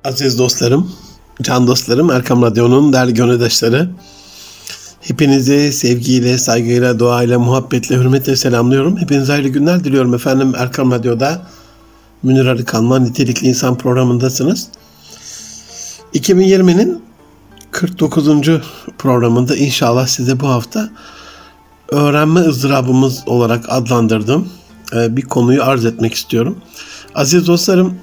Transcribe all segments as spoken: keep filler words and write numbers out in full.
Aziz dostlarım, can dostlarım, Erkam Radyo'nun değerli gönüldaşları, hepinizi sevgiyle, saygıyla, duayla, muhabbetle, hürmetle selamlıyorum. Hepinize hayırlı günler diliyorum efendim. Erkam Radyo'da Münir Arıkan'la Nitelikli İnsan programındasınız. iki bin yirminin kırk dokuzuncu programında inşallah size bu hafta öğrenme ızdırabımız olarak adlandırdığım bir konuyu arz etmek istiyorum. Aziz dostlarım,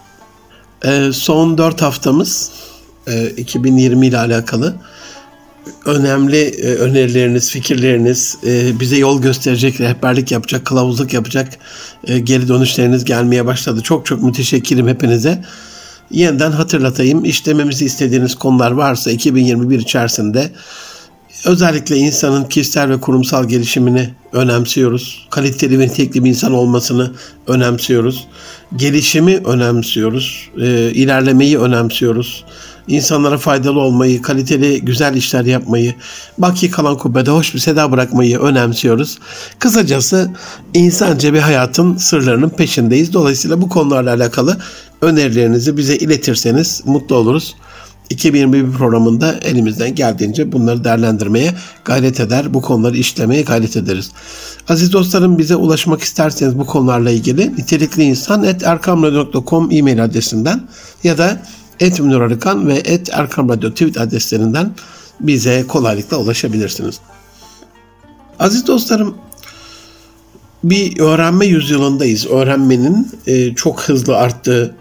son dört haftamız iki bin yirmi ile alakalı önemli önerileriniz, fikirleriniz, bize yol gösterecek, rehberlik yapacak, kılavuzluk yapacak geri dönüşleriniz gelmeye başladı. Çok çok müteşekkirim hepinize. Yeniden hatırlatayım, işlememizi istediğiniz konular varsa iki bin yirmi bir içerisinde özellikle insanın kişisel ve kurumsal gelişimini önemsiyoruz. Kaliteli ve nitelikli bir insan olmasını önemsiyoruz. Gelişimi önemsiyoruz. E, ilerlemeyi önemsiyoruz. İnsanlara faydalı olmayı, kaliteli, güzel işler yapmayı, baki kalan kubbede hoş bir seda bırakmayı önemsiyoruz. Kısacası insanca bir hayatın sırlarının peşindeyiz. Dolayısıyla bu konularla alakalı önerilerinizi bize iletirseniz mutlu oluruz. iki bin yirmi bir programında elimizden geldiğince bunları değerlendirmeye gayret eder, bu konuları işlemeye gayret ederiz. Aziz dostlarım, bize ulaşmak isterseniz bu konularla ilgili nitelikliinsan at erkamradyo nokta com e-mail adresinden ya da et münir arıkan ve et erkamradyo tweet adreslerinden bize kolaylıkla ulaşabilirsiniz. Aziz dostlarım, bir öğrenme yüzyılındayız. Öğrenmenin e, çok hızlı arttığı,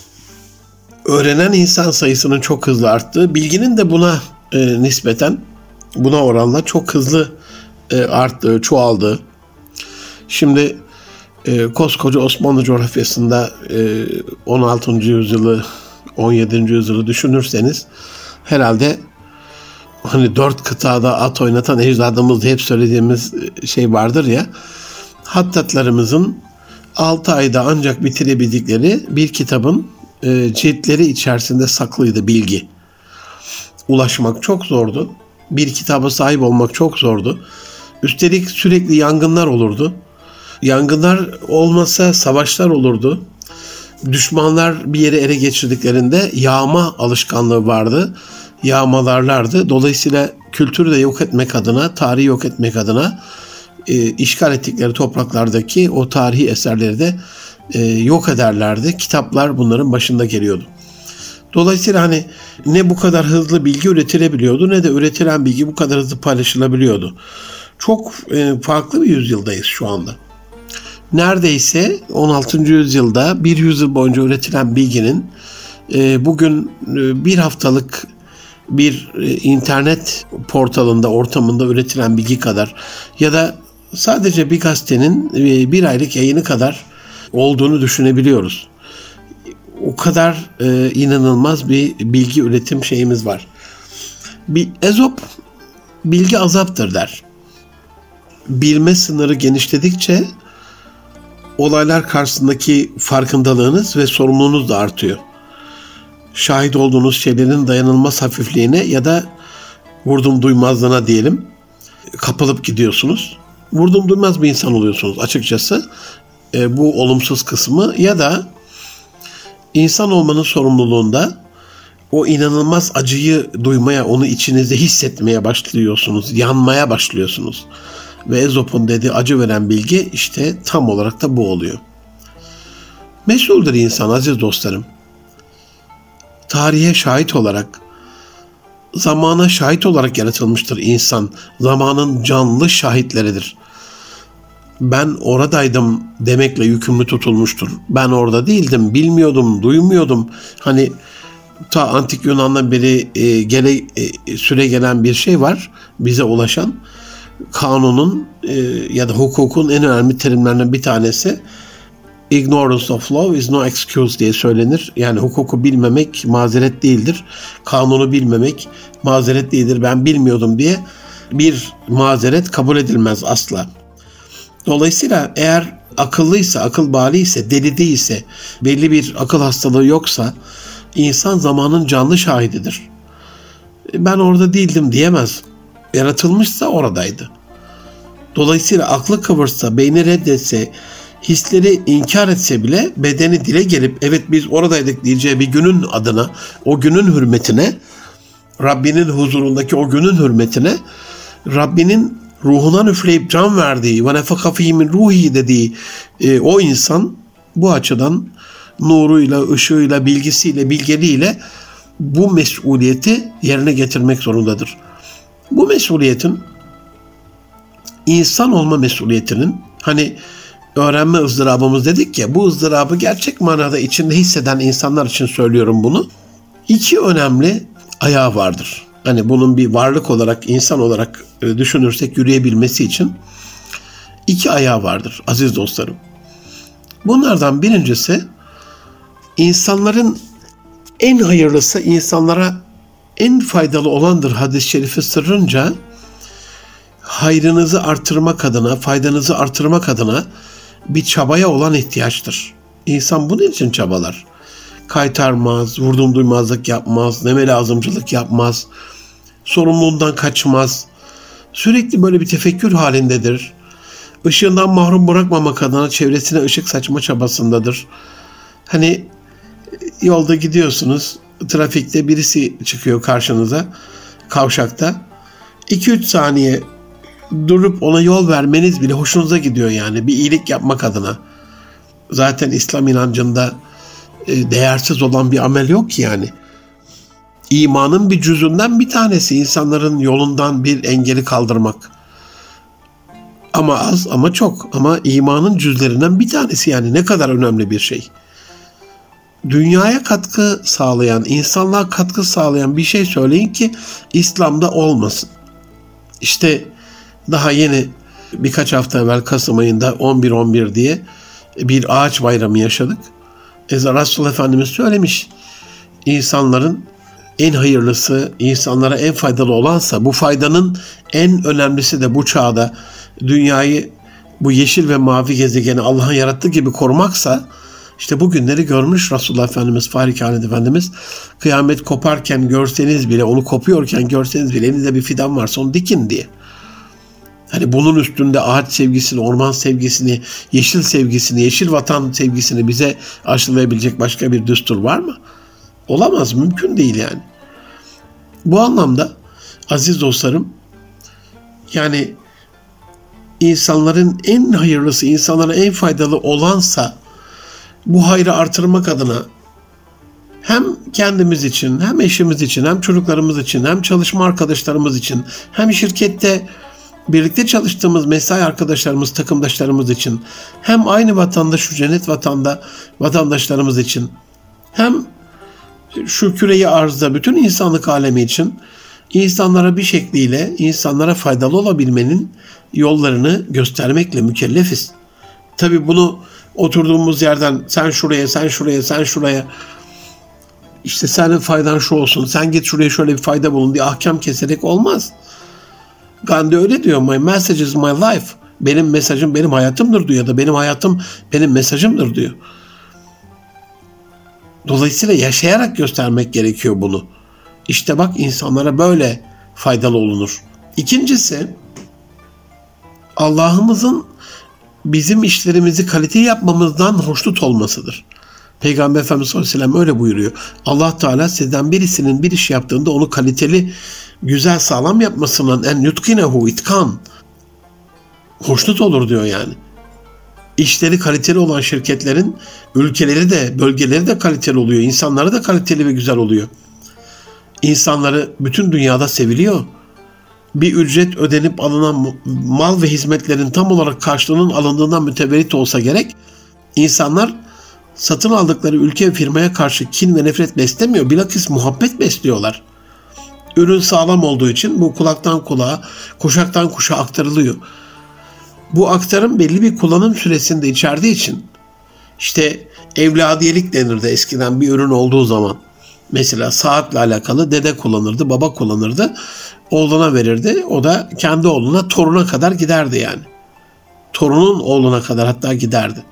öğrenen insan sayısının çok hızlı arttığı, bilginin de buna e, nispeten, buna oranla çok hızlı e, arttığı, çoğaldığı. Şimdi e, koskoca Osmanlı coğrafyasında e, on altıncı yüzyılı, on yedinci yüzyılı düşünürseniz herhalde hani dört kıtada at oynatan ecdadımızda hep söylediğimiz şey vardır ya, hattatlarımızın altı ayda ancak bitirebildikleri bir kitabın e, ciltleri içerisinde saklıydı bilgi. Ulaşmak çok zordu. Bir kitaba sahip olmak çok zordu. Üstelik sürekli yangınlar olurdu. Yangınlar olmasa savaşlar olurdu. Düşmanlar bir yere ele geçirdiklerinde yağma alışkanlığı vardı. Yağmalarlardı. Dolayısıyla kültürü de yok etmek adına, tarihi yok etmek adına e, işgal ettikleri topraklardaki o tarihi eserleri de e, yok ederlerdi. Kitaplar bunların başında geliyordu. Dolayısıyla hani ne bu kadar hızlı bilgi üretilebiliyordu ne de üretilen bilgi bu kadar hızlı paylaşılabiliyordu. Çok e, farklı bir yüzyıldayız şu anda. Neredeyse on altıncı yüzyılda bir yüzyıl boyunca üretilen bilginin e, bugün e, bir haftalık bir e, internet portalında, ortamında üretilen bilgi kadar ya da sadece bir gazetenin e, bir aylık yayını kadar olduğunu düşünebiliyoruz. O kadar e, inanılmaz bir bilgi üretim şeyimiz var. Bir Ezop bilgi azaptır der. Bilme sınırı genişledikçe olaylar karşısındaki farkındalığınız ve sorumluluğunuz da artıyor. Şahit olduğunuz şeylerin dayanılmaz hafifliğine ya da vurdum duymazlığına diyelim kapılıp gidiyorsunuz. Vurdum duymaz bir insan oluyorsunuz açıkçası. E, bu olumsuz kısmı ya da insan olmanın sorumluluğunda o inanılmaz acıyı duymaya, onu içinizde hissetmeye başlıyorsunuz, yanmaya başlıyorsunuz. Ve Ezop'un dediği acı veren bilgi işte tam olarak da bu oluyor. Mesuldür insan aziz dostlarım. Tarihe şahit olarak, zamana şahit olarak yaratılmıştır insan. Zamanın canlı şahitleridir. Ben oradaydım demekle yükümlü tutulmuştur. Ben orada değildim, bilmiyordum, duymuyordum. Hani ta antik Yunan'dan beri e, gele, e, süre gelen bir şey var bize ulaşan. Kanunun e, ya da hukukun en önemli terimlerinden bir tanesi ignorance of law is no excuse diye söylenir. Yani hukuku bilmemek mazeret değildir. Kanunu bilmemek mazeret değildir. Ben bilmiyordum diye bir mazeret kabul edilmez asla. Dolayısıyla eğer akıllıysa, akıl bâliyse, deli değilse, belli bir akıl hastalığı yoksa insan zamanın canlı şahididir. Ben orada değildim diyemez. Yaratılmışsa oradaydı. Dolayısıyla aklı kıvırsa, beyni reddetse, hisleri inkar etse bile bedeni dile gelip evet biz oradaydık diyeceği bir günün adına, o günün hürmetine, Rabbinin huzurundaki o günün hürmetine, Rabbinin ruhuna üfleyip can verdiği ve nefaka fî min ruhi dediği e, o insan bu açıdan nuruyla, ışığıyla, bilgisiyle, bilgeliğiyle bu mesuliyeti yerine getirmek zorundadır. Bu mesuliyetin, insan olma mesuliyetinin, hani öğrenme ızdırabımız dedik ya, bu ızdırabı gerçek manada içinde hisseden insanlar için söylüyorum bunu. İki önemli ayağı vardır. Hani bunun bir varlık olarak, insan olarak düşünürsek yürüyebilmesi için iki ayağı vardır aziz dostlarım. Bunlardan birincisi, insanların en hayırlısı, insanlara en faydalı olandır hadis-i şerifi sırrınca, hayrınızı artırmak adına, faydanızı artırmak adına bir çabaya olan ihtiyaçtır. İnsan bunun için çabalar. Kaytarmaz, vurdum duymazlık yapmaz, neme lazımcılık yapmaz, sorumluluğundan kaçmaz. Sürekli böyle bir tefekkür halindedir. Işığından mahrum bırakmamak adına çevresine ışık saçma çabasındadır. Hani yolda gidiyorsunuz, trafikte birisi çıkıyor karşınıza, kavşakta. iki üç saniye durup ona yol vermeniz bile hoşunuza gidiyor yani, bir iyilik yapmak adına. Zaten İslam inancında e, değersiz olan bir amel yok ki yani. İmanın bir cüzünden bir tanesi insanların yolundan bir engeli kaldırmak. Ama az ama çok, ama imanın cüzlerinden bir tanesi, yani ne kadar önemli bir şey. Dünyaya katkı sağlayan, insanlığa katkı sağlayan bir şey söyleyin ki İslam'da olmasın. İşte daha yeni birkaç hafta evvel Kasım ayında on bir on bir diye bir ağaç bayramı yaşadık. Resulullah Efendimiz söylemiş, insanların en hayırlısı, insanlara en faydalı olansa, bu faydanın en önemlisi de bu çağda dünyayı, bu yeşil ve mavi gezegeni Allah'ın yarattığı gibi korumaksa, işte bu günleri görmüş Resulullah Efendimiz, Fahri Kainat Efendimiz, kıyamet koparken görseniz bile, onu kopuyorken görseniz bile elinizde bir fidan varsa onu dikin diye. Hani bunun üstünde ağaç sevgisini, orman sevgisini, yeşil sevgisini, yeşil vatan sevgisini bize aşılayabilecek başka bir düstur var mı? Olamaz, mümkün değil yani. Bu anlamda aziz dostlarım, yani insanların en hayırlısı, insanlara en faydalı olansa, bu hayrı artırmak adına hem kendimiz için, hem eşimiz için, hem çocuklarımız için, hem çalışma arkadaşlarımız için, hem şirkette birlikte çalıştığımız mesai arkadaşlarımız, takımdaşlarımız için, hem aynı vatanda, şu cennet vatanda vatandaşlarımız için, hem şu küreyi arzda bütün insanlık alemi için insanlara bir şekliyle, insanlara faydalı olabilmenin yollarını göstermekle mükellefiz. Tabii bunu oturduğumuz yerden sen şuraya, sen şuraya, sen şuraya, işte senin faydan şu olsun, sen git şuraya şöyle bir fayda bulun diye ahkam keserek olmaz. Gandhi öyle diyor, my message is my life. Benim mesajım benim hayatımdır diyor, ya da benim hayatım benim mesajımdır diyor. Dolayısıyla yaşayarak göstermek gerekiyor bunu. İşte bak, insanlara böyle faydalı olunur. İkincisi, Allah'ımızın bizim işlerimizi kaliteli yapmamızdan hoşnut olmasıdır. Peygamber Efendimiz sallallahu aleyhi ve sellem öyle buyuruyor. Allah Teala sizden birisinin bir iş yaptığında onu kaliteli, güzel, sağlam yapmasından en yutkinehu itkan, hoşnut olur diyor yani. İşleri kaliteli olan şirketlerin ülkeleri de, bölgeleri de kaliteli oluyor. İnsanları da kaliteli ve güzel oluyor. İnsanları bütün dünyada seviliyor. Bir ücret ödenip alınan mal ve hizmetlerin tam olarak karşılığının alındığından mütevellit olsa gerek, insanlar satın aldıkları ülke ve firmaya karşı kin ve nefret beslemiyor. Bilakis muhabbet besliyorlar. Ürün sağlam olduğu için bu kulaktan kulağa, kuşaktan kuşağa aktarılıyor. Bu aktarım belli bir kullanım süresinde içerdiği için, işte evladiyelik denirdi eskiden bir ürün olduğu zaman. Mesela saatle alakalı dede kullanırdı, baba kullanırdı, oğluna verirdi. O da kendi oğluna, toruna kadar giderdi yani. Torunun oğluna kadar hatta giderdi.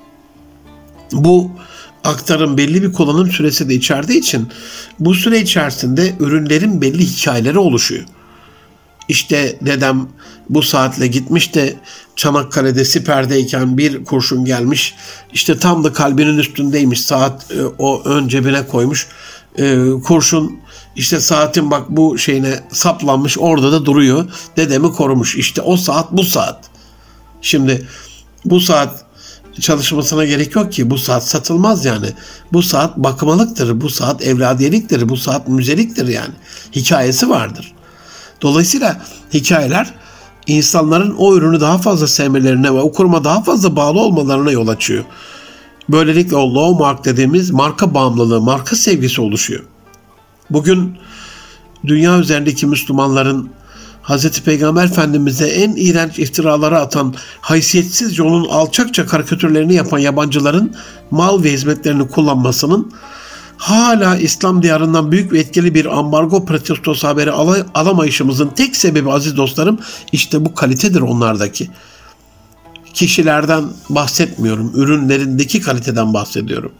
Bu aktarım belli bir kullanım süresi de içerdiği için bu süre içerisinde ürünlerin belli hikayeleri oluşuyor. İşte dedem bu saatle gitmiş de Çanakkale'de siperdeyken bir kurşun gelmiş. İşte tam da kalbinin üstündeymiş. Saat e, o ön cebine koymuş. E, kurşun işte saatin bak bu şeyine saplanmış, orada da duruyor. Dedemi korumuş. İşte o saat bu saat. Şimdi bu saat çalışmasına gerek yok ki. Bu saat satılmaz yani. Bu saat bakımalıktır. Bu saat evladiyeliktir. Bu saat müzeliktir yani. Hikayesi vardır. Dolayısıyla hikayeler insanların o ürünü daha fazla sevmelerine ve o kuruma daha fazla bağlı olmalarına yol açıyor. Böylelikle o low mark dediğimiz marka bağımlılığı, marka sevgisi oluşuyor. Bugün dünya üzerindeki Müslümanların Hazreti Peygamber Efendimiz'e en iğrenç iftiraları atan, haysiyetsiz yolun alçakça karikatürlerini yapan yabancıların mal ve hizmetlerini kullanmasının hala İslam diyarından büyük ve etkili bir ambargo protestosu haberi al- alamayışımızın tek sebebi aziz dostlarım işte bu kalitedir onlardaki. Kişilerden bahsetmiyorum, ürünlerindeki kaliteden bahsediyorum.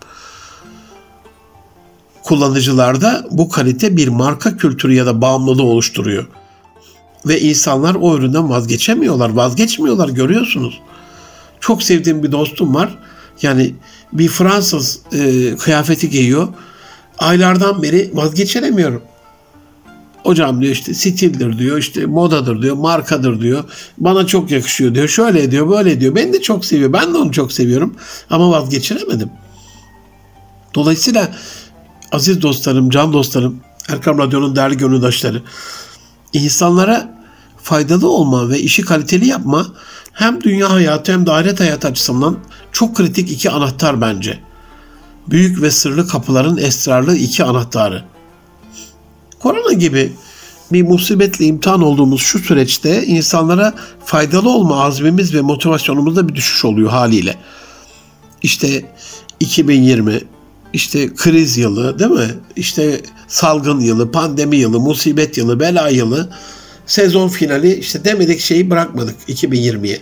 Kullanıcılarda bu kalite bir marka kültürü ya da bağımlılığı oluşturuyor. Ve insanlar o üründen vazgeçemiyorlar, vazgeçmiyorlar görüyorsunuz. Çok sevdiğim bir dostum var. Yani bir Fransız e, kıyafeti giyiyor. Aylardan beri vazgeçemiyorum. Hocam diyor işte stildir diyor, işte modadır diyor, markadır diyor. Bana çok yakışıyor diyor, şöyle diyor, böyle diyor. Beni de çok seviyor, ben de onu çok seviyorum. Ama vazgeçiremedim. Dolayısıyla aziz dostlarım, can dostlarım, Erkam Radyo'nun değerli gönüldaşları, insanlara faydalı olma ve işi kaliteli yapma hem dünya hayatı hem de ahiret hayatı açısından çok kritik iki anahtar bence. Büyük ve sırlı kapıların esrarlı iki anahtarı. Korona gibi bir musibetle imtihan olduğumuz şu süreçte insanlara faydalı olma azmimiz ve motivasyonumuzda bir düşüş oluyor haliyle. İşte iki bin yirmi, işte kriz yılı değil mi? İşte salgın yılı, pandemi yılı, musibet yılı, bela yılı, sezon finali işte demedik şeyi bırakmadık iki bin yirmiye.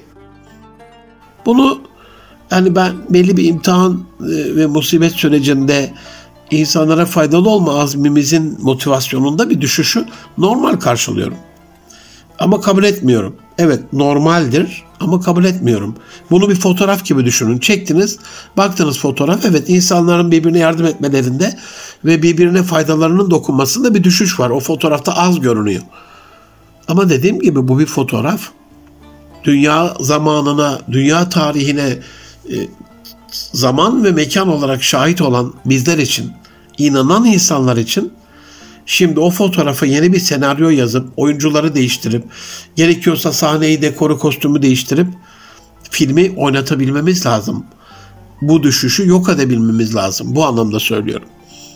Bunu yani ben belli bir imtihan ve musibet sürecinde insanlara faydalı olma azmimizin motivasyonunda bir düşüşü normal karşılıyorum. Ama kabul etmiyorum. Evet normaldir ama kabul etmiyorum. Bunu bir fotoğraf gibi düşünün. Çektiniz, baktınız fotoğraf. Evet insanların birbirine yardım etmelerinde ve birbirine faydalarının dokunmasında bir düşüş var. O fotoğrafta az görünüyor. Ama dediğim gibi bu bir fotoğraf. Dünya zamanına, dünya tarihine zaman ve mekan olarak şahit olan bizler için, inanan insanlar için şimdi o fotoğrafa yeni bir senaryo yazıp, oyuncuları değiştirip, gerekiyorsa sahneyi, dekoru, kostümü değiştirip filmi oynatabilmemiz lazım. Bu düşüşü yok edebilmemiz lazım. Bu anlamda söylüyorum.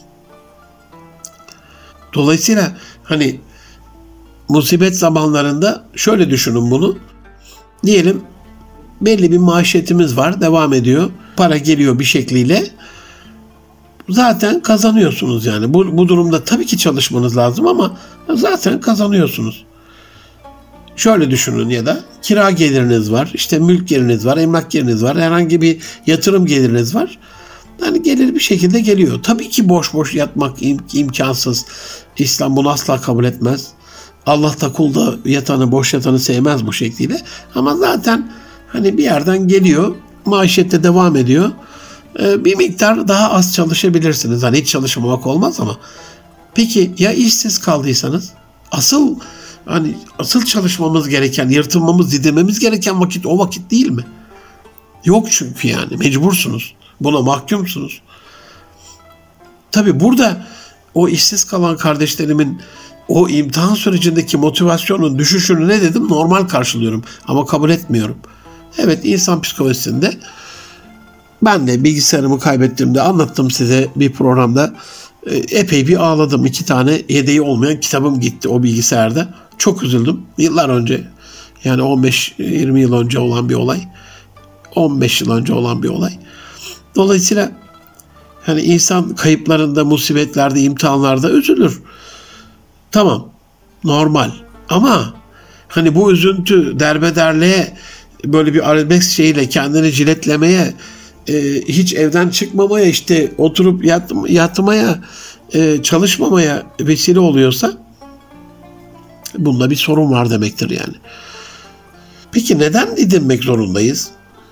Dolayısıyla hani musibet zamanlarında şöyle düşünün bunu. Diyelim belli bir maişetimiz var, devam ediyor. Para geliyor bir şekliyle. Zaten kazanıyorsunuz yani. Bu, bu durumda tabii ki çalışmanız lazım ama zaten kazanıyorsunuz. Şöyle düşünün ya da kira geliriniz var, işte mülk geliriniz var, emlak geliriniz var, herhangi bir yatırım geliriniz var. Yani gelir bir şekilde geliyor. Tabii ki boş boş yatmak im- imkansız. İslam bunu asla kabul etmez. Allah da kulda yatanı, boş yatanı sevmez bu şekliyle. Ama zaten hani bir yerden geliyor, maişette devam ediyor. Ee, bir miktar daha az çalışabilirsiniz. Hani hiç çalışmamak olmaz ama. Peki ya işsiz kaldıysanız? Asıl hani asıl çalışmamız gereken, yırtınmamız, didinmemiz gereken vakit o vakit değil mi? Yok çünkü yani mecbursunuz. Buna mahkumsunuz. Tabii burada o işsiz kalan kardeşlerimin o imtihan sürecindeki motivasyonun düşüşünü ne dedim? Normal karşılıyorum ama kabul etmiyorum. Evet insan psikolojisinde ben de bilgisayarımı kaybettiğimde anlattım size bir programda epey bir ağladım. İki tane yedeği olmayan kitabım gitti o bilgisayarda. Çok üzüldüm. Yıllar önce yani on beş yirmi yıl önce olan bir olay. on beş yıl önce olan bir olay. Dolayısıyla hani insan kayıplarında, musibetlerde, imtihanlarda üzülür. Tamam. Normal. Ama hani bu üzüntü derbederliğe böyle bir arabesk şeyle kendini jiletlemeye, e, hiç evden çıkmamaya, işte oturup yat, yatmaya, e, çalışmamaya vesile oluyorsa Bunda bir sorun var demektir yani. Peki neden didinmek zorundayız?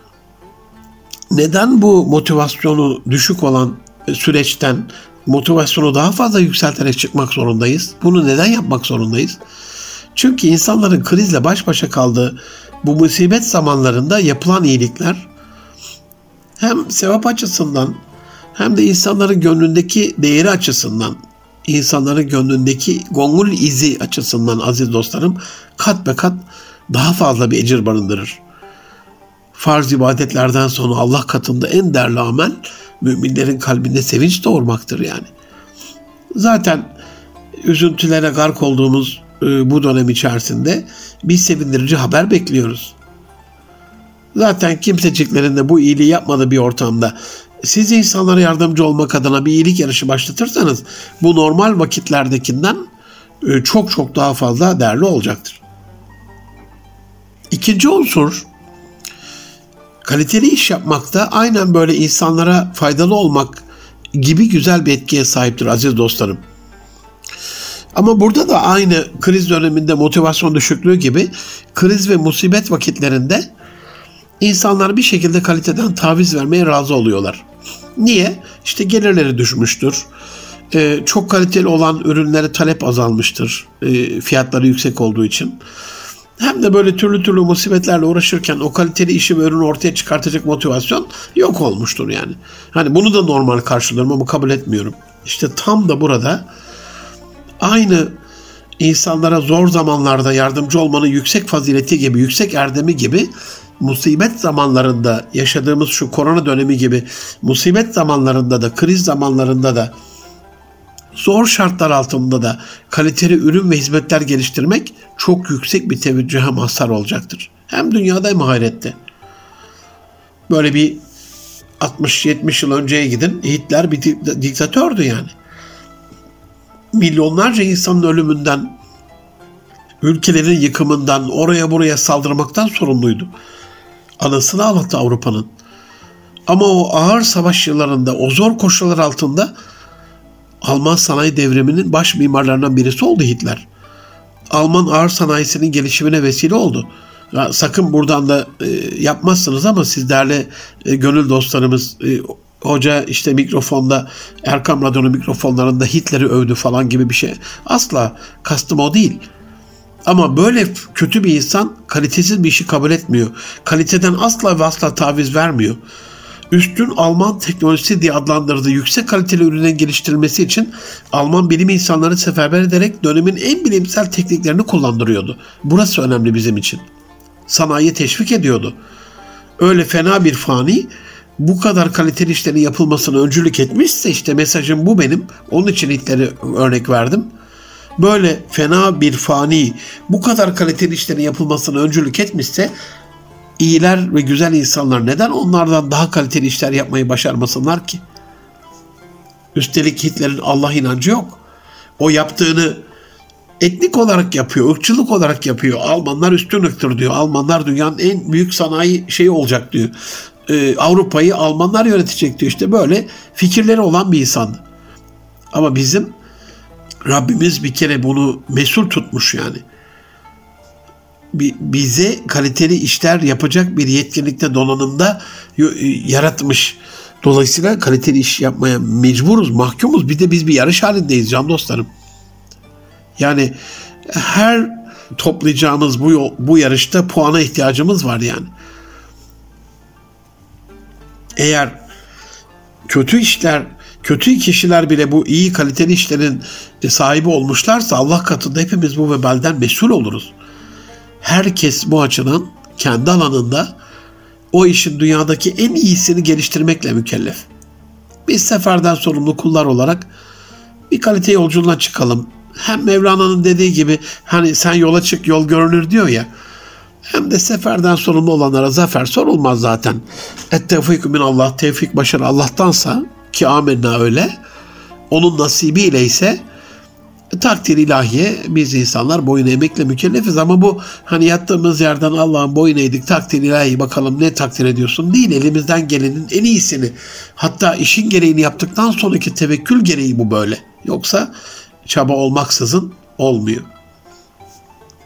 Neden bu motivasyonu düşük olan süreçten motivasyonu daha fazla yükselterek çıkmak zorundayız? Bunu neden yapmak zorundayız? Çünkü insanların krizle baş başa kaldığı bu musibet zamanlarında yapılan iyilikler hem sevap açısından hem de insanların gönlündeki değeri açısından, insanların gönlündeki gongul izi açısından aziz dostlarım kat be kat daha fazla bir ecir barındırır. Farz ibadetlerden sonra Allah katında en değerli amel müminlerin kalbinde sevinç doğurmaktır yani. Zaten üzüntülere gark olduğumuz e, bu dönem içerisinde bir sevindirici haber bekliyoruz. Zaten kimseciklerinde bu iyiliği yapmadığı bir ortamda siz insanlara yardımcı olmak adına bir iyilik yarışı başlatırsanız bu normal vakitlerdekinden e, çok çok daha fazla değerli olacaktır. İkinci unsur, kaliteli iş yapmakta aynen böyle insanlara faydalı olmak gibi güzel bir etkiye sahiptir aziz dostlarım. Ama burada da aynı kriz döneminde motivasyon düşüklüğü gibi kriz ve musibet vakitlerinde insanlar bir şekilde kaliteden taviz vermeye razı oluyorlar. Niye? İşte gelirleri düşmüştür. Ee, çok kaliteli olan ürünlere talep azalmıştır. Ee, fiyatları yüksek olduğu için. Hem de böyle türlü türlü musibetlerle uğraşırken o kaliteli işi ve ürünü ortaya çıkartacak motivasyon yok olmuştur yani. Hani bunu da normal karşılıyorum ama kabul etmiyorum. İşte tam da burada aynı insanlara zor zamanlarda yardımcı olmanın yüksek fazileti gibi, yüksek erdemi gibi musibet zamanlarında yaşadığımız şu korona dönemi gibi musibet zamanlarında da, kriz zamanlarında da, zor şartlar altında da kaliteli ürün ve hizmetler geliştirmek çok yüksek bir teveccühe mazhar olacaktır. Hem dünyada hem ahirette. Böyle bir altmış yetmiş yıl önceye gidin, Hitler bir diktatördü yani. Milyonlarca insanın ölümünden, ülkelerin yıkımından, oraya buraya saldırmaktan sorumluydu. Anasını ağlattı Avrupa'nın. Ama o ağır savaş yıllarında, o zor koşullar altında Alman sanayi devriminin baş mimarlarından birisi oldu Hitler. Alman ağır sanayisinin gelişimine vesile oldu. Ya, sakın buradan da e, yapmazsınız ama siz değerli e, gönül dostlarımız, e, hoca işte mikrofonda, Erkam Radyo'nun mikrofonlarında Hitler'i övdü falan gibi bir şey. Asla kastım o değil. Ama böyle kötü bir insan kalitesiz bir işi kabul etmiyor. Kaliteden asla ve asla taviz vermiyor. Üstün Alman teknolojisi diye adlandırdığı yüksek kaliteli ürünlerin geliştirilmesi için Alman bilim insanları seferber ederek dönemin en bilimsel tekniklerini kullandırıyordu. Burası önemli bizim için. Sanayiye teşvik ediyordu. Öyle fena bir fani bu kadar kaliteli işlerin yapılmasına öncülük etmişse işte mesajım bu benim. Onun için Hitler'i örnek verdim. Böyle fena bir fani bu kadar kaliteli işlerin yapılmasına öncülük etmişse iyiler ve güzel insanlar neden onlardan daha kaliteli işler yapmayı başarmasınlar ki? Üstelik Hitler'in Allah inancı yok. O yaptığını etnik olarak yapıyor, ırkçılık olarak yapıyor. Almanlar üstün ırktır diyor. Almanlar dünyanın en büyük sanayi şeyi olacak diyor. Ee, Avrupa'yı Almanlar yönetecek diyor. İşte böyle fikirleri olan bir insandı. Ama bizim Rabbimiz bir kere bunu mesul tutmuş yani. Bize kaliteli işler yapacak bir yetkinlikte, donanımda yaratmış. Dolayısıyla kaliteli iş yapmaya mecburuz, mahkumuz. Bir de biz bir yarış halindeyiz can dostlarım. Yani her toplayacağımız bu bu yarışta puana ihtiyacımız var yani. Eğer kötü işler, kötü kişiler bile bu iyi kaliteli işlerin sahibi olmuşlarsa Allah katında hepimiz bu vebalden mesul oluruz. Herkes bu açıdan kendi alanında o işin dünyadaki en iyisini geliştirmekle mükellef. Biz seferden sorumlu kullar olarak bir kalite yolculuğuna çıkalım. Hem Mevlana'nın dediği gibi hani sen yola çık yol görünür diyor ya. Hem de seferden sorumlu olanlara zafer sorulmaz zaten. Et-tevfikü minallah, tevfik başarı Allah'tansa ki amenna öyle. Onun nasibiyle ise takdir ilahiye biz insanlar boyun eğmekle mükellefiz ama bu hani yattığımız yerden Allah'ın boyun eğdik takdir ilahi bakalım ne takdir ediyorsun değil, elimizden gelenin en iyisini, hatta işin gereğini yaptıktan sonraki tevekkül gereği bu böyle. Yoksa çaba olmaksızın olmuyor.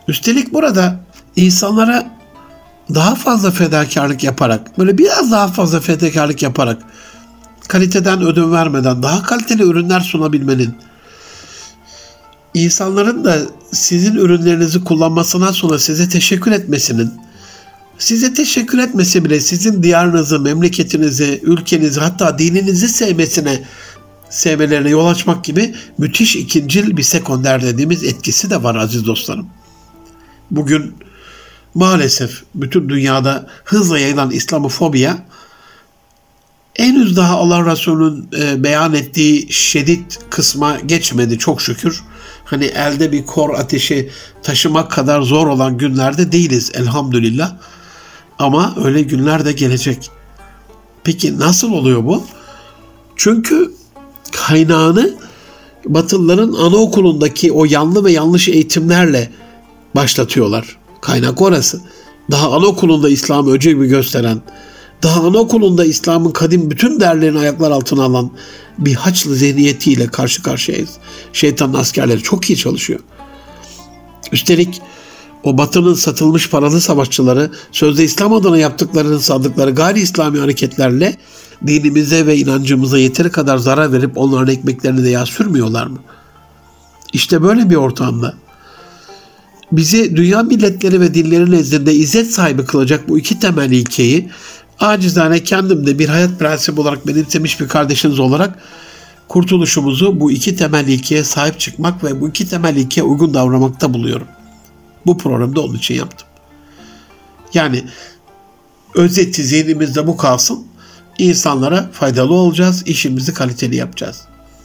Üstelik burada insanlara daha fazla fedakarlık yaparak, böyle biraz daha fazla fedakarlık yaparak, kaliteden ödün vermeden daha kaliteli ürünler sunabilmenin, insanların da sizin ürünlerinizi kullanmasından sonra size teşekkür etmesinin, size teşekkür etmese bile sizin diyarınızı, memleketinizi, ülkenizi, hatta dininizi sevmesine, sevmelerine yol açmak gibi müthiş ikincil bir sekonder dediğimiz etkisi de var aziz dostlarım. Bugün maalesef bütün dünyada hızla yayılan İslamofobiya henüz daha Allah Resulü'nün e, beyan ettiği şiddet kısma geçmedi çok şükür. Hani elde bir kor ateşi taşımak kadar zor olan günlerde değiliz elhamdülillah. Ama öyle günler de gelecek. Peki nasıl oluyor bu? Çünkü kaynağını Batılıların anaokulundaki o yanlı ve yanlış eğitimlerle başlatıyorlar. Kaynak orası. Daha anaokulunda İslam'ı öce gibi gösteren, daha anaokulunda İslam'ın kadim bütün değerlerini ayaklar altına alan bir Haçlı zihniyetiyle karşı karşıyayız. Şeytanın askerleri çok iyi çalışıyor. Üstelik o Batı'nın satılmış paralı savaşçıları sözde İslam adına yaptıklarını sandıkları gayri İslami hareketlerle dinimize ve inancımıza yeteri kadar zarar verip onların ekmeklerini de yağ sürmüyorlar mı? İşte böyle bir ortamda bizi dünya milletleri ve dinleri nezdinde izzet sahibi kılacak bu iki temel ilkeyi acizane kendim de bir hayat prensibi olarak benimsemiş bir kardeşiniz olarak kurtuluşumuzu bu iki temel ilkeye sahip çıkmak ve bu iki temel ilkeye uygun davranmakta buluyorum. Bu programda onun için yaptım. Yani özeti zihnimizde bu kalsın. İnsanlara faydalı olacağız, işimizi kaliteli yapacağız.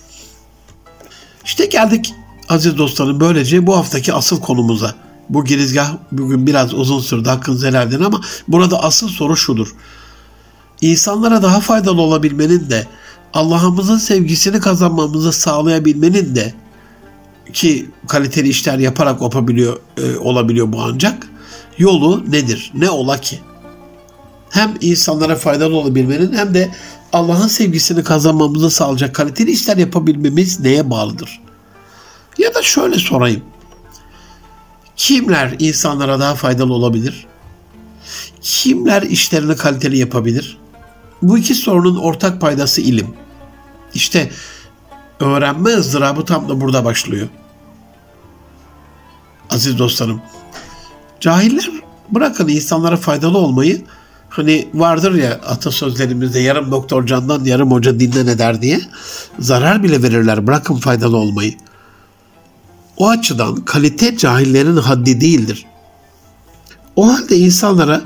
İşte geldik aziz dostlarım böylece bu haftaki asıl konumuza. Bu girizgah bugün biraz uzun sürdü hakkınızı helal edin ama burada asıl soru şudur. İnsanlara daha faydalı olabilmenin de Allah'ımızın sevgisini kazanmamızı sağlayabilmenin de ki kaliteli işler yaparak yapabiliyor, e, olabiliyor bu ancak yolu nedir? Ne ola ki? Hem insanlara faydalı olabilmenin hem de Allah'ın sevgisini kazanmamızı sağlayacak kaliteli işler yapabilmemiz neye bağlıdır? Ya da şöyle sorayım. Kimler insanlara daha faydalı olabilir? Kimler işlerini kaliteli yapabilir? Bu iki sorunun ortak paydası ilim. İşte öğrenme ızdırabı tam da burada başlıyor. Aziz dostlarım, cahiller bırakın insanlara faydalı olmayı, hani vardır ya atasözlerimizde yarım doktor candan yarım hoca dinden eder diye, zarar bile verirler bırakın faydalı olmayı. O açıdan kalite cahillerin haddi değildir. O halde insanlara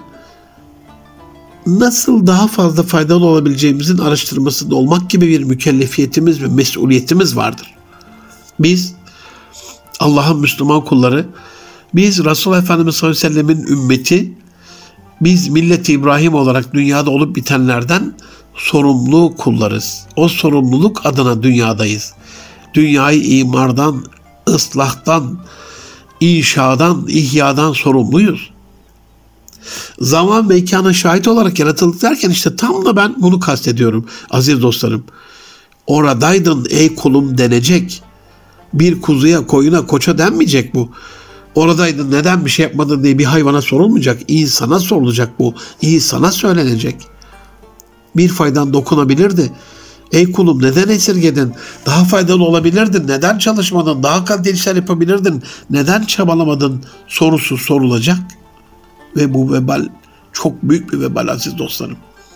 nasıl daha fazla faydalı olabileceğimizin araştırmasında olmak gibi bir mükellefiyetimiz ve mesuliyetimiz vardır. Biz Allah'ın Müslüman kulları, biz Resulullah Efendimiz sallallahu aleyhi ve sellemin ümmeti, biz milleti İbrahim olarak dünyada olup bitenlerden sorumlu kullarız. O sorumluluk adına dünyadayız. Dünyayı imardan, ıslahtan, inşadan, ihyadan sorumluyuz. Zaman mekana şahit olarak yaratıldık derken işte tam da ben bunu kastediyorum aziz dostlarım. Oradaydın ey kulum denecek. Bir kuzuya, koyuna, koça denmeyecek bu. Oradaydın neden bir şey yapmadın diye bir hayvana sorulmayacak. İnsana sorulacak bu. İnsana söylenecek. Bir faydan dokunabilirdi. Ey kulum neden esirgedin? Daha faydalı olabilirdin. Neden çalışmadın? Daha kaliteli işler yapabilirdin. Neden çabalamadın? Sorusu sorulacak. Ve bu vebal çok büyük bir vebal aziz dostlarım.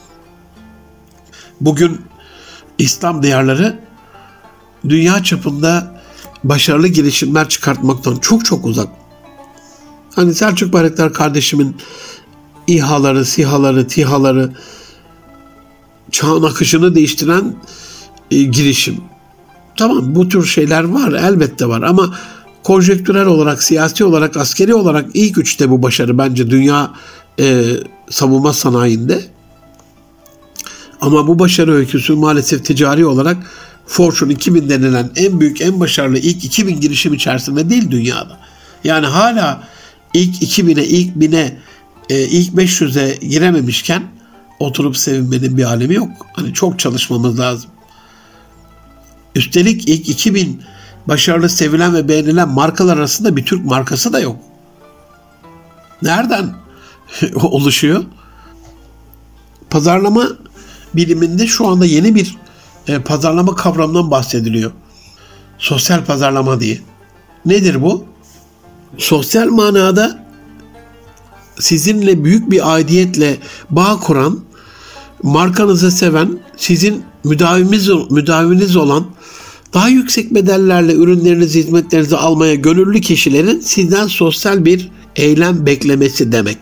Bugün İslam diyarları dünya çapında başarılı girişimler çıkartmaktan çok çok uzak. Hani Selçuk Bayraktar kardeşimin İHA'ları, SİHA'ları, TİHA'ları, çağın akışını değiştiren e, girişim. Tamam bu tür şeyler var elbette var ama konjektürel olarak, siyasi olarak, askeri olarak ilk üçte bu başarı bence dünya e, savunma sanayinde. Ama bu başarı öyküsü maalesef ticari olarak Fortune iki bin denilen en büyük, en başarılı ilk iki bin girişim içerisinde değil dünyada. Yani hala ilk iki bine, ilk bine, e, ilk beş yüze girememişken oturup sevinmenin bir alemi yok. Hani çok çalışmamız lazım. Üstelik ilk iki bin başarılı, sevilen ve beğenilen markalar arasında bir Türk markası da yok. Nereden oluşuyor? Pazarlama biliminde şu anda yeni bir e, pazarlama kavramından bahsediliyor. Sosyal pazarlama diye. Nedir bu? Sosyal manada sizinle büyük bir aidiyetle bağ kuran, markanızı seven, sizin müdaviminiz, müdaviminiz olan, daha yüksek bedellerle ürünlerinizi, hizmetlerinizi almaya gönüllü kişilerin sizden sosyal bir eylem beklemesi demek.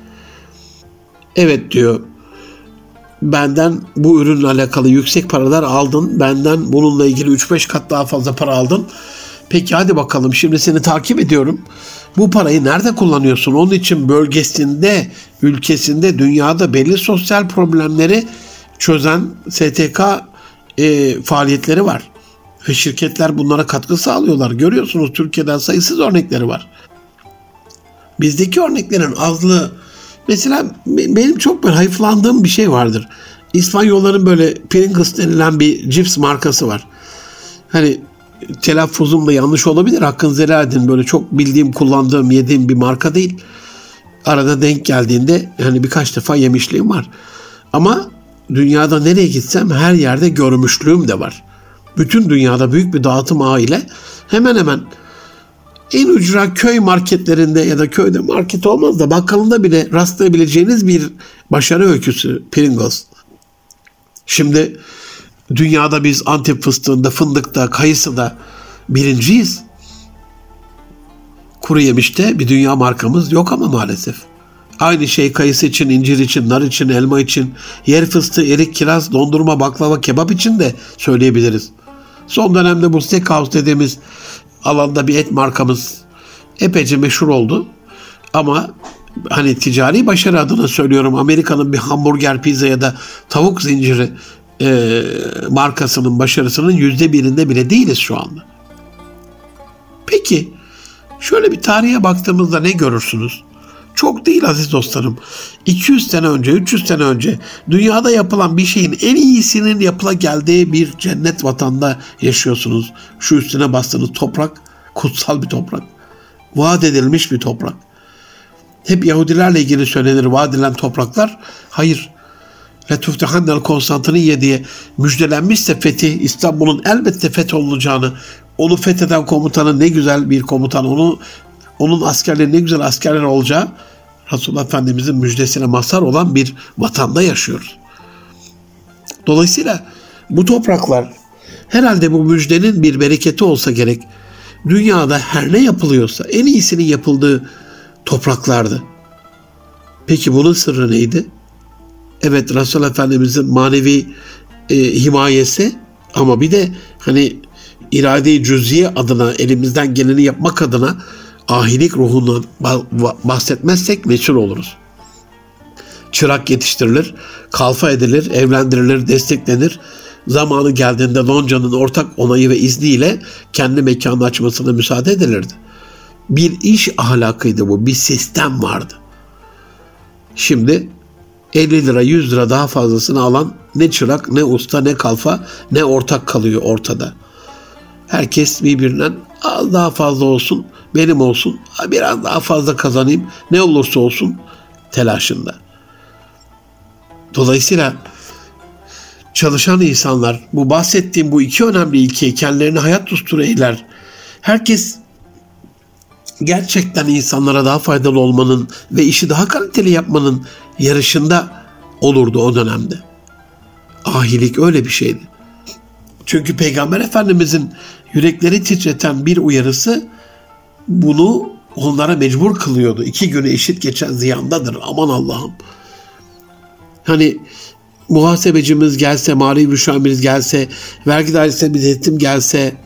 Evet diyor, benden bu ürünle alakalı yüksek paralar aldın, benden bununla ilgili üç beş kat daha fazla para aldın. Peki hadi bakalım, şimdi seni takip ediyorum. Bu parayı nerede kullanıyorsun? Onun için bölgesinde, ülkesinde, dünyada belli sosyal problemleri çözen S T K e, faaliyetleri var. Ve şirketler bunlara katkı sağlıyorlar. Görüyorsunuz, Türkiye'den sayısız örnekleri var. Bizdeki örneklerin azlığı, mesela benim çok böyle hayıflandığım bir şey vardır. İspanyolların böyle Pringles denilen bir cips markası var. Hani telaffuzum da yanlış olabilir. Hakkınızı helal edin. Böyle çok bildiğim, kullandığım, yediğim bir marka değil. Arada denk geldiğinde hani birkaç defa yemişliğim var. Ama dünyada nereye gitsem her yerde görmüşlüğüm de var. Bütün dünyada büyük bir dağıtım ağı ile hemen hemen en ücra köy marketlerinde ya da köyde market olmaz da bakkalında bile rastlayabileceğiniz bir başarı öyküsü Pringles. Şimdi dünyada biz Antep fıstığında, fındıkta, kayısıda birinciyiz. Kuru yemişte bir dünya markamız yok ama maalesef. Aynı şey kayısı için, incir için, nar için, elma için, yer fıstığı, erik, kiraz, dondurma, baklava, kebap için de söyleyebiliriz. Son dönemde bu steakhouse dediğimiz alanda bir et markamız epeyce meşhur oldu. Ama hani ticari başarı adına söylüyorum, Amerika'nın bir hamburger, pizza ya da tavuk zinciri e, markasının başarısının yüzde birinde bile değiliz şu anda. Peki şöyle bir tarihe baktığımızda ne görürsünüz? Çok değil aziz dostlarım. iki yüz sene önce, üç yüz sene önce dünyada yapılan bir şeyin en iyisinin yapıla geldiği bir cennet vatanda yaşıyorsunuz. Şu üstüne bastığınız toprak kutsal bir toprak. Vaat edilmiş bir toprak. Hep Yahudilerle ilgili söylenir vaat edilen topraklar. Hayır. Letuftehandel Konstantiniye diye müjdelenmişse fetih, İstanbul'un elbette fetholunacağını, onu fetheden komutanın ne güzel bir komutan, onu onun askerleri ne güzel askerler olacağı Resulullah Efendimizin müjdesine mazhar olan bir vatanda yaşıyoruz. Dolayısıyla bu topraklar herhalde bu müjdenin bir bereketi olsa gerek. Dünyada her ne yapılıyorsa en iyisinin yapıldığı topraklardı. Peki bunun sırrı neydi? Evet, Resulullah Efendimizin manevi e, himayesi, ama bir de hani irade-i cüz'iye adına, elimizden geleni yapmak adına ahilik ruhundan bahsetmezsek meçhul oluruz. Çırak yetiştirilir, kalfa edilir, evlendirilir, desteklenir. Zamanı geldiğinde loncanın ortak onayı ve izniyle kendi mekanı açmasına müsaade edilirdi. Bir iş ahlakıydı bu, bir sistem vardı. Şimdi elli lira, yüz lira daha fazlasını alan ne çırak, ne usta, ne kalfa, ne ortak kalıyor ortada. Herkes birbirinden az daha fazla olsun, benim olsun, biraz daha fazla kazanayım, ne olursa olsun telaşında. Dolayısıyla çalışan insanlar, bu bahsettiğim bu iki önemli ilkeyi kendilerine hayat dusturu eyler. Herkes gerçekten insanlara daha faydalı olmanın ve işi daha kaliteli yapmanın yarışında olurdu o dönemde. Ahilik öyle bir şeydi. Çünkü Peygamber Efendimizin yürekleri titreten bir uyarısı bunu onlara mecbur kılıyordu. İki güne eşit geçen ziyandadır. Aman Allah'ım. Hani muhasebecimiz gelse, mali müşavirimiz gelse, vergi dairesine bir denetim gelse,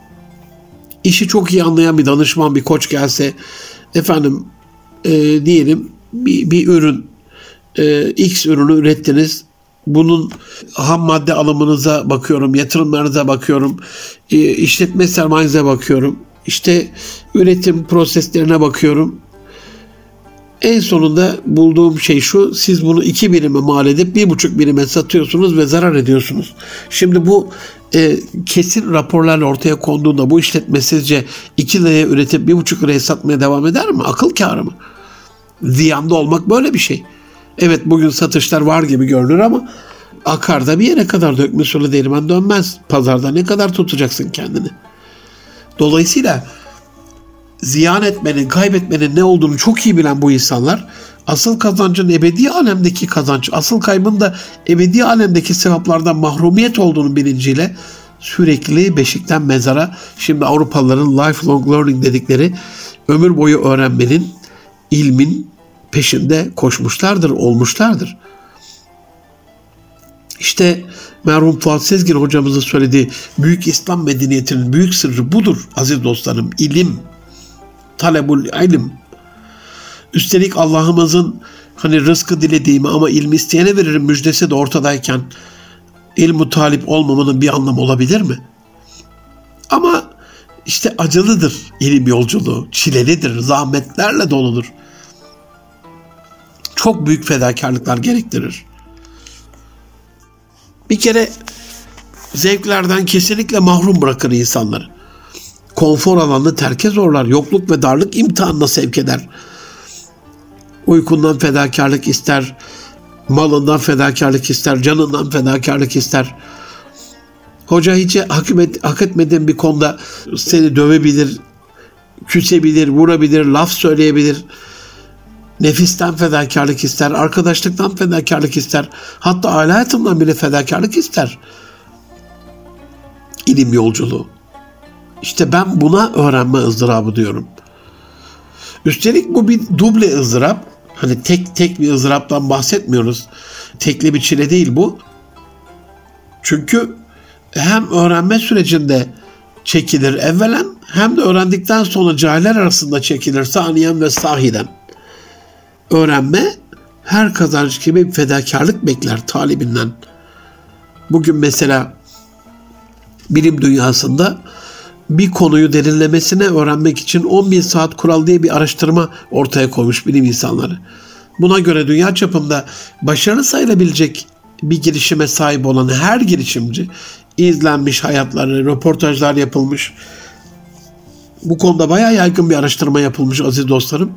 işi çok iyi anlayan bir danışman, bir koç gelse, efendim e, diyelim bir, bir ürün, e, X ürünü ürettiniz. Bunun ham madde alımınıza bakıyorum, yatırımlarınıza bakıyorum, e, işletme sermayenize bakıyorum, işte üretim proseslerine bakıyorum. En sonunda bulduğum şey şu: siz bunu iki birime mal edip bir buçuk birime satıyorsunuz ve zarar ediyorsunuz. Şimdi bu e, kesin raporlarla ortaya konduğunda bu işletme sizce iki liraya üretip bir buçuk liraya satmaya devam eder mi? Akıl kârı mı? Ziyanda olmak böyle bir şey. Evet, bugün satışlar var gibi görünür ama akar da bir yere kadar, dökme sulu değirmen dönmez. Pazarda ne kadar tutacaksın kendini? Dolayısıyla ziyan etmenin, kaybetmenin ne olduğunu çok iyi bilen bu insanlar, asıl kazancın ebedi alemdeki kazanç, asıl kaybın da ebedi alemdeki sevaplardan mahrumiyet olduğunu bilinciyle sürekli beşikten mezara, şimdi Avrupalıların lifelong learning dedikleri ömür boyu öğrenmenin, ilmin peşinde koşmuşlardır, olmuşlardır. İşte merhum Fuat Sezgin hocamızın söylediği büyük İslam medeniyetinin büyük sırrı budur aziz dostlarım. İlim, talebul ilim. Üstelik Allah'ımızın hani rızkı dilediğimi ama ilmi isteyene veririm müjdesi de ortadayken ilmu talip olmamanın bir anlamı olabilir mi? Ama işte acılıdır ilim yolculuğu, çilelidir, zahmetlerle doludur. Çok büyük fedakarlıklar gerektirir. Bir kere zevklerden kesinlikle mahrum bırakır insanları. Konfor alanını terke zorlar. Yokluk ve darlık imtihanına sevk eder. Uykundan fedakarlık ister, malından fedakarlık ister, canından fedakarlık ister. Hoca hiç hak, et, hak etmediğin bir konuda seni dövebilir, küsebilir, vurabilir, laf söyleyebilir. Nefisten fedakarlık ister, arkadaşlıktan fedakarlık ister, hatta aile hayatından bile fedakarlık ister. İlim yolculuğu. İşte ben buna öğrenme ızdırabı diyorum. Üstelik bu bir duble ızdırap. Hani tek tek bir ızdıraptan bahsetmiyoruz. Tekli bir çile değil bu. Çünkü hem öğrenme sürecinde çekilir evvelen, hem de öğrendikten sonra cahiller arasında çekilir saniyen ve sahiden. Öğrenme her kazanç gibi bir fedakarlık bekler talibinden. Bugün mesela bilim dünyasında bir konuyu derinlemesine öğrenmek için on bin saat kural diye bir araştırma ortaya koymuş bilim insanları. Buna göre dünya çapında başarılı sayılabilecek bir girişime sahip olan her girişimci, izlenmiş hayatları, röportajlar yapılmış. Bu konuda bayağı yaygın bir araştırma yapılmış aziz dostlarım.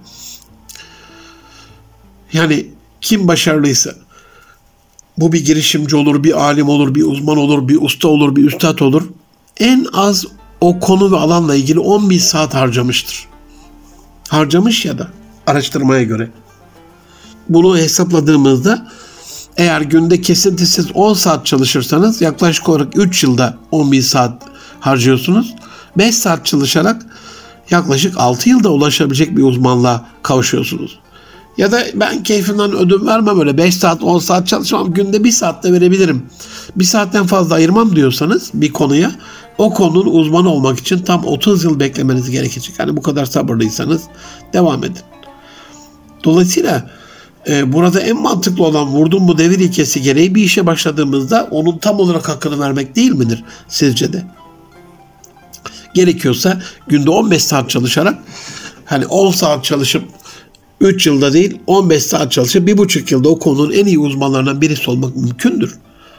Yani kim başarılıysa, bu bir girişimci olur, bir alim olur, bir uzman olur, bir usta olur, bir üstad olur, en az o konu ve alanla ilgili on bin saat harcamıştır. Harcamış ya da araştırmaya göre. Bunu hesapladığımızda eğer günde kesintisiz on saat çalışırsanız yaklaşık olarak üç yılda on bin saat harcıyorsunuz. beş saat çalışarak yaklaşık altı yılda ulaşabilecek bir uzmanlığa kavuşuyorsunuz. Ya da ben keyfimden ödün vermem, öyle beş saat on saat çalışmam, günde bir saat de verebilirim, bir saatten fazla ayırmam diyorsanız bir konuya, o konunun uzmanı olmak için tam otuz yıl beklemeniz gerekecek. Yani bu kadar sabırlıysanız devam edin. Dolayısıyla e, burada en mantıklı olan vurdum bu devir ilkesi gereği bir işe başladığımızda onun tam olarak hakkını vermek değil midir sizce de? Gerekiyorsa günde on beş saat çalışarak, hani on saat çalışıp üç yılda değil on beş saat çalışıp bir buçuk yılda o konunun en iyi uzmanlarından birisi olmak mümkündür.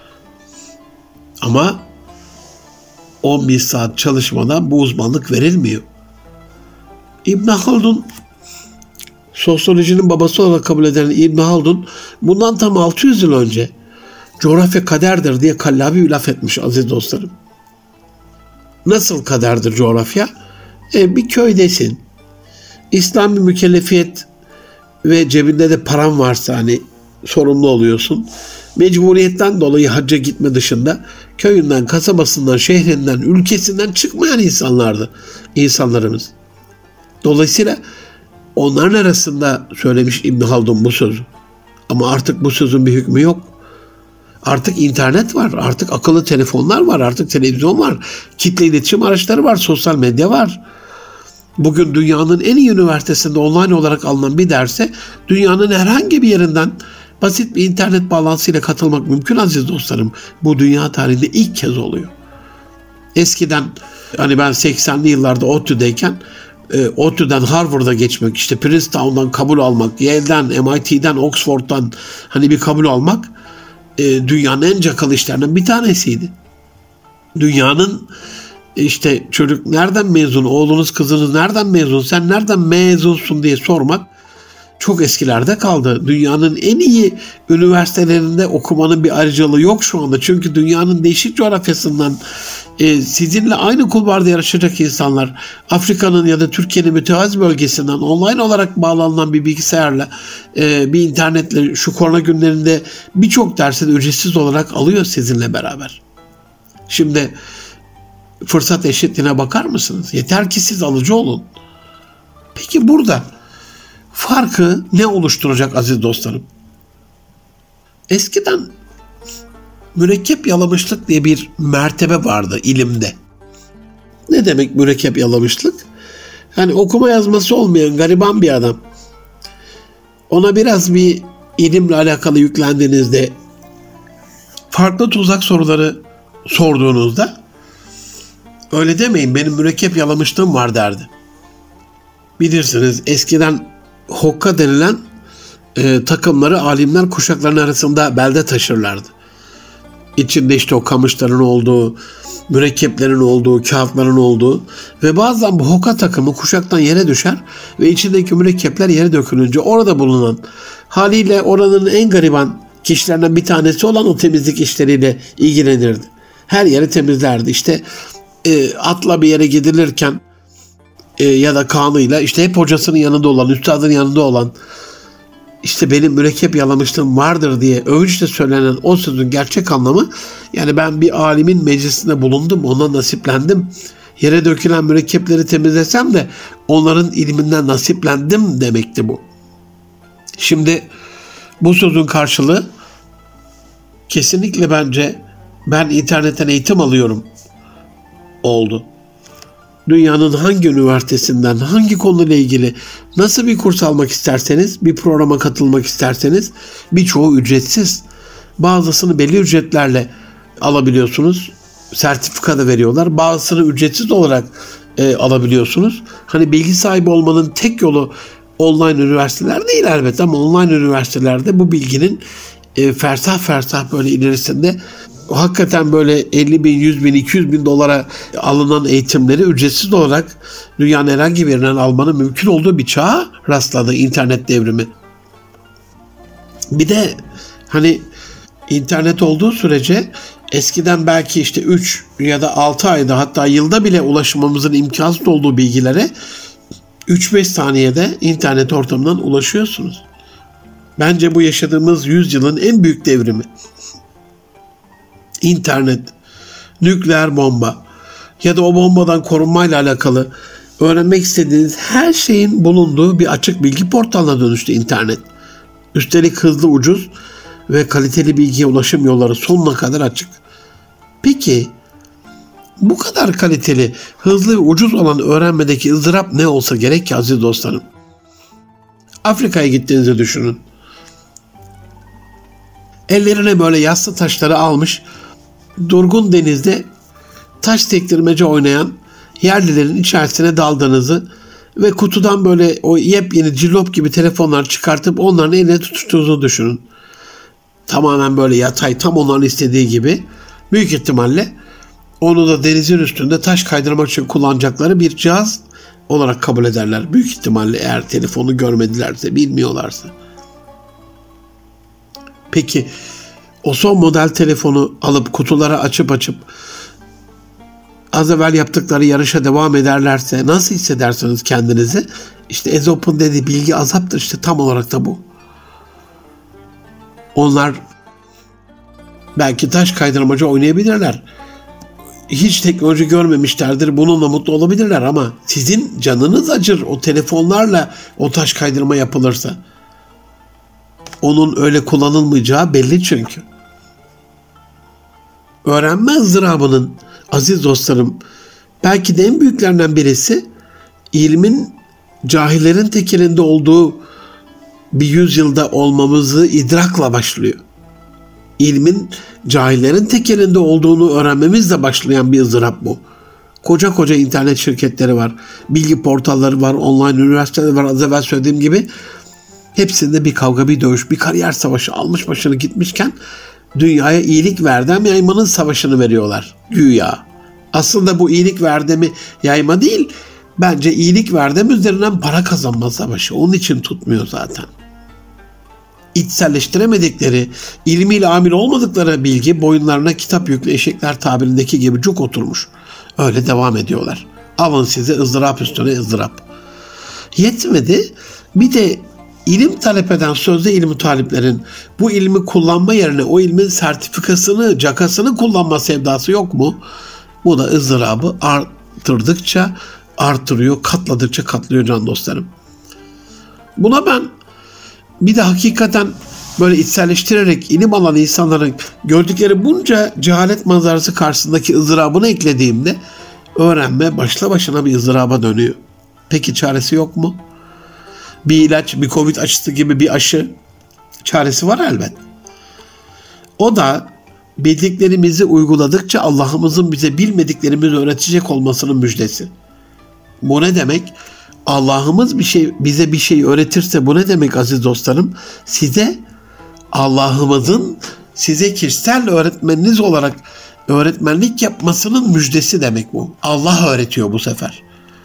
Ama on bir saat çalışmadan bu uzmanlık verilmiyor. İbn Haldun, sosyolojinin babası olarak kabul edilen İbn Haldun, bundan tam altı yüz yıl önce coğrafya kaderdir diye kallavi bir laf etmiş aziz dostlarım. Nasıl kaderdir coğrafya? E, bir köydesin. İslami mükellefiyet ve cebinde de paran varsa hani sorumlu oluyorsun. Mecburiyetten dolayı hacca gitme dışında köyünden, kasabasından, şehrinden, ülkesinden çıkmayan insanlardı insanlarımız. Dolayısıyla onların arasında söylemiş İbn Haldun bu sözü. Ama artık bu sözün bir hükmü yok. Artık internet var, artık akıllı telefonlar var, artık televizyon var, kitle iletişim araçları var, sosyal medya var. Bugün dünyanın en iyi üniversitesinde online olarak alınan bir derse dünyanın herhangi bir yerinden basit bir internet bağlantısıyla katılmak mümkün aziz dostlarım. Bu dünya tarihinde ilk kez oluyor. Eskiden hani ben seksenli yıllarda ODTÜ'deyken e, ODTÜ'den Harvard'a geçmek, işte Princeton'dan kabul almak, Yale'den, M I T'den, Oxford'dan hani bir kabul almak e, dünyanın en cakalı işlerinden bir tanesiydi. Dünyanın işte çocuk nereden mezun, oğlunuz kızınız nereden mezun, sen nereden mezunsun diye sormak çok eskilerde kaldı. Dünyanın en iyi üniversitelerinde okumanın bir ayrıcalığı yok şu anda. Çünkü dünyanın değişik coğrafyasından e, sizinle aynı kulvarda yarışacak insanlar, Afrika'nın ya da Türkiye'nin mütevazi bölgesinden online olarak bağlanan bir bilgisayarla, e, bir internetle şu korona günlerinde birçok dersi de ücretsiz olarak alıyor sizinle beraber. Şimdi fırsat eşitliğine bakar mısınız? Yeter ki siz alıcı olun. Peki burada farkı ne oluşturacak aziz dostlarım? Eskiden mürekkep yalamışlık diye bir mertebe vardı ilimde. Ne demek mürekkep yalamışlık? Yani okuma yazması olmayan gariban bir adam. Ona biraz bir ilimle alakalı yüklendiğinizde, farklı tuzak soruları sorduğunuzda, öyle demeyin benim mürekkep yalamışlığım var derdi. Bilirsiniz eskiden hokka denilen e, takımları alimler kuşaklarının arasında belde taşırlardı. İçinde işte o kamışların olduğu, mürekkeplerin olduğu, kağıtların olduğu ve bazen bu hokka takımı kuşaktan yere düşer ve içindeki mürekkepler yere dökülünce orada bulunan, haliyle oranın en gariban kişilerinden bir tanesi olan o temizlik işleriyle ilgilenirdi. Her yeri temizlerdi. İşte e, atla bir yere gidilirken e, ya da kanıyla işte hep hocasının yanında olan, üstadın yanında olan, işte benim mürekkep yalamışlığım vardır diye övünçle söylenen o sözün gerçek anlamı, yani ben bir alimin meclisinde bulundum, ona nasiplendim. Yere dökülen mürekkepleri temizlesem de onların ilminden nasiplendim demekti bu. Şimdi bu sözün karşılığı kesinlikle bence ben internetten eğitim alıyorum oldu. Dünyanın hangi üniversitesinden, hangi konuyla ilgili nasıl bir kurs almak isterseniz, bir programa katılmak isterseniz birçoğu ücretsiz. Bazısını belli ücretlerle alabiliyorsunuz. Sertifika da veriyorlar. Bazısını ücretsiz olarak e, alabiliyorsunuz. Hani bilgi sahibi olmanın tek yolu online üniversiteler değil elbette, ama online üniversitelerde bu bilginin e, fersah fersah böyle ilerisinde, hakikaten böyle elli bin, yüz bin, iki yüz bin dolara alınan eğitimleri ücretsiz olarak dünyanın herhangi bir yerinden almanın mümkün olduğu bir çağa rastladı internet devrimi. Bir de hani internet olduğu sürece eskiden belki işte üç ya da altı ayda, hatta yılda bile ulaşmamızın imkansız olduğu bilgilere üç beş saniyede internet ortamından ulaşıyorsunuz. Bence bu yaşadığımız yüzyılın en büyük devrimi. İnternet, nükleer bomba ya da o bombadan korunmayla alakalı öğrenmek istediğiniz her şeyin bulunduğu bir açık bilgi portalına dönüştü internet. Üstelik hızlı, ucuz ve kaliteli bilgiye ulaşım yolları sonuna kadar açık. Peki bu kadar kaliteli, hızlı ve ucuz olan öğrenmedeki ızdırap ne olsa gerek ki aziz dostlarım? Afrika'ya gittiğinizi düşünün. Ellerine böyle yassı taşları almış, durgun denizde taş sektirmece oynayan yerlilerin içerisine daldığınızı ve kutudan böyle o yepyeni cillop gibi telefonlar çıkartıp onların eline tutuştuğunuzu düşünün. Tamamen böyle yatay, tam onların istediği gibi. Büyük ihtimalle onu da denizin üstünde taş kaydırmak için kullanacakları bir cihaz olarak kabul ederler. Büyük ihtimalle, eğer telefonu görmedilerse, bilmiyorlarsa. Peki o son model telefonu alıp kutulara açıp açıp az evvel yaptıkları yarışa devam ederlerse nasıl hissedersiniz kendinizi? İşte Ezop'un dediği bilgi azaptır, işte tam olarak da bu. Onlar belki taş kaydırmaca oynayabilirler. Hiç teknoloji görmemişlerdir. Bununla mutlu olabilirler ama sizin canınız acır o telefonlarla o taş kaydırma yapılırsa. Onun öyle kullanılmayacağı belli çünkü. Öğrenme ızdırabının aziz dostlarım belki de en büyüklerinden birisi, ilmin cahillerin tekelinde olduğu bir yüzyılda olmamızı idrakla başlıyor. İlmin cahillerin tekelinde olduğunu öğrenmemizle başlayan bir ızdırap bu. Koca koca internet şirketleri var, bilgi portalları var, online üniversiteler var, az evvel söylediğim gibi. Hepsinde bir kavga, bir dövüş, bir kariyer savaşı almış başını gitmişken dünyaya iyilik verdem yaymanın savaşını veriyorlar güya. Aslında bu iyilik verdemi yayma değil, Bence iyilik verdem üzerinden para kazanma savaşı. Onun için tutmuyor zaten. İçselleştiremedikleri, ilmiyle amil olmadıkları bilgi boyunlarına kitap yüklü eşekler tabirindeki gibi cuk oturmuş. Öyle devam ediyorlar. Alın size ızdırap üstüne ızdırap. Yetmedi. Bir de ilim talep eden sözde ilim taliplerin bu ilmi kullanma yerine o ilmin sertifikasını, cakasını kullanma sevdası yok mu? Bu da ızdırabı artırdıkça artırıyor, katladıkça katlıyor can dostlarım. Buna ben bir de hakikaten böyle içselleştirerek ilim alan insanların gördükleri bunca cehalet manzarası karşısındaki ızdırabını eklediğimde öğrenme başla başına bir ızdıraba dönüyor. Peki çaresi yok mu? Bir ilaç, bir Covid aşısı gibi bir aşı çaresi var elbet. O da bildiklerimizi uyguladıkça Allah'ımızın bize bilmediklerimizi öğretecek olmasının müjdesi. Bu ne demek? Allah'ımız bir şey bize bir şey öğretirse bu ne demek aziz dostlarım? Size Allah'ımızın size kişisel öğretmeniniz olarak öğretmenlik yapmasının müjdesi demek bu. Allah öğretiyor bu sefer.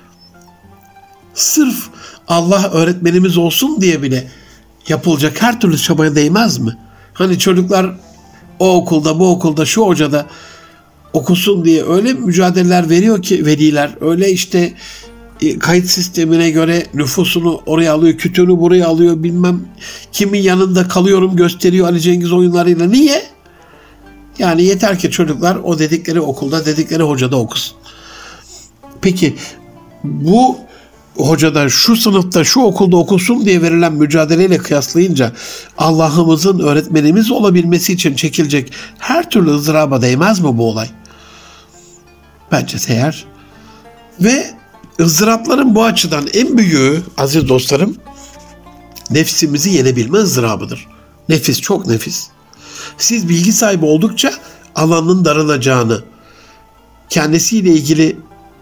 Sırf Allah öğretmenimiz olsun diye bile yapılacak her türlü çabaya değmez mi? Hani çocuklar o okulda, bu okulda, şu hocada okusun diye öyle mücadeleler veriyor ki veliler, öyle işte kayıt sistemine göre nüfusunu oraya alıyor, kütüğünü buraya alıyor, bilmem kimin yanında kalıyorum gösteriyor Ali Cengiz oyunlarıyla. Niye? Yani yeter ki çocuklar o dedikleri okulda, dedikleri hocada okusun. Peki bu hocada, şu sınıfta, şu okulda okusun diye verilen mücadeleyle kıyaslayınca Allah'ımızın öğretmenimiz olabilmesi için çekilecek her türlü ızdıraba değmez mi bu olay? Bence değer. Ve ızdırapların bu açıdan en büyüğü aziz dostlarım nefsimizi yenebilme ızdırabıdır. Nefis çok nefis. Siz bilgi sahibi oldukça alanın daralacağını, kendisiyle ilgili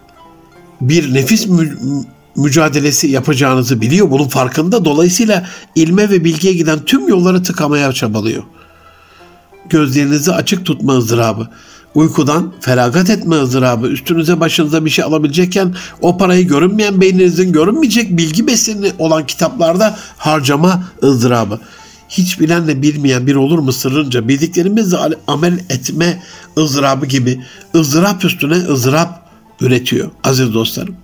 bir nefis mü- mücadelesi yapacağınızı biliyor. Bunun farkında. Dolayısıyla ilme ve bilgiye giden tüm yolları tıkamaya çabalıyor. Gözlerinizi açık tutma ızdırabı, uykudan feragat etme ızdırabı, üstünüze başınıza bir şey alabilecekken o parayı görünmeyen beyninizin görünmeyecek bilgi besini olan kitaplarda harcama ızdırabı. Hiç bilenle bilmeyen bir olur mu sırrınca bildiklerimizle amel etme ızdırabı gibi ızdırap üstüne ızdırap üretiyor aziz dostlarım.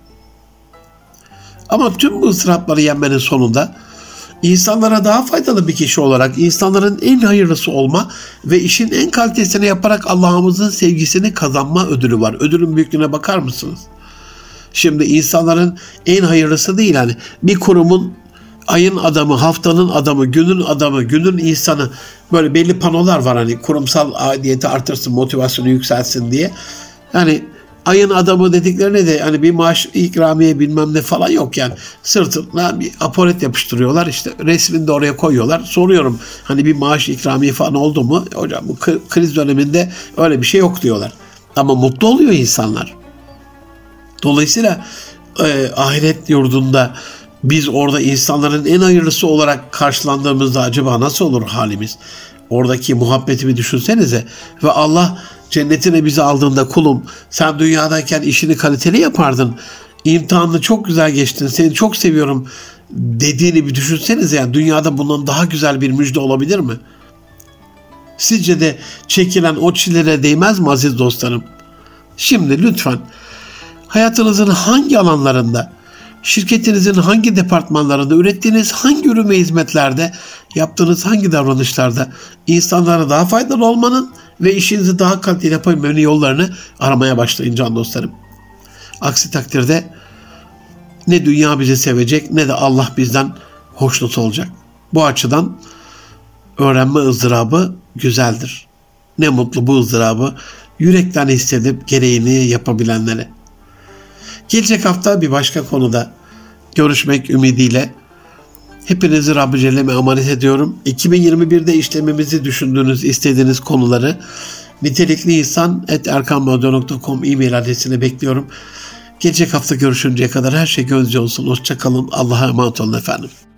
Ama tüm bu ızdırapları yenmenin sonunda insanlara daha faydalı bir kişi olarak insanların en hayırlısı olma ve işin en kalitesini yaparak Allah'ımızın sevgisini kazanma ödülü var. Ödülün büyüklüğüne bakar mısınız? Şimdi insanların en hayırlısı değil, hani bir kurumun ayın adamı, haftanın adamı, günün adamı, günün insanı, böyle belli panolar var hani kurumsal aidiyeti artırsın, motivasyonu yükselsin diye. Yani ayın adamı dediklerine de hani bir maaş ikramiye bilmem ne falan yok yani. Sırtına bir apolet yapıştırıyorlar, işte resmini de oraya koyuyorlar. Soruyorum hani bir maaş ikramiye falan oldu mu? Hocam bu kriz döneminde öyle bir şey yok diyorlar. Ama mutlu oluyor insanlar. Dolayısıyla e, ahiret yurdunda biz orada insanların en hayırlısı olarak karşılandığımızda acaba nasıl olur halimiz? Oradaki muhabbeti bir düşünsenize. Ve Allah cennetine bizi aldığında kulum sen dünyadayken işini kaliteli yapardın. İmtihanını çok güzel geçtin. Seni çok seviyorum dediğini bir düşünsenize. Yani dünyada bundan daha güzel bir müjde olabilir mi? Sizce de çekilen o çilelere değmez mi aziz dostlarım? Şimdi lütfen hayatınızın hangi alanlarında, şirketinizin hangi departmanlarında, ürettiğiniz hangi ürün ve hizmetlerde, yaptığınız hangi davranışlarda insanlara daha faydalı olmanın ve işinizi daha kaliteli yapabilmenin yollarını aramaya başlayın can dostlarım. Aksi takdirde ne dünya bizi sevecek ne de Allah bizden hoşnut olacak. Bu açıdan öğrenme ızdırabı güzeldir. Ne mutlu bu ızdırabı yürekten hissedip gereğini yapabilenlere. Gelecek hafta bir başka konuda görüşmek ümidiyle hepinizi Rabbi Celle'me emanet ediyorum. iki bin yirmi birde işlememizi düşündüğünüz, istediğiniz konuları nitelikli insan at erkam radyo nokta com e-mail adresine bekliyorum. Gelecek hafta görüşünceye kadar her şey gönlünüzce olsun. Hoşça kalın. Allah'a emanet olun efendim.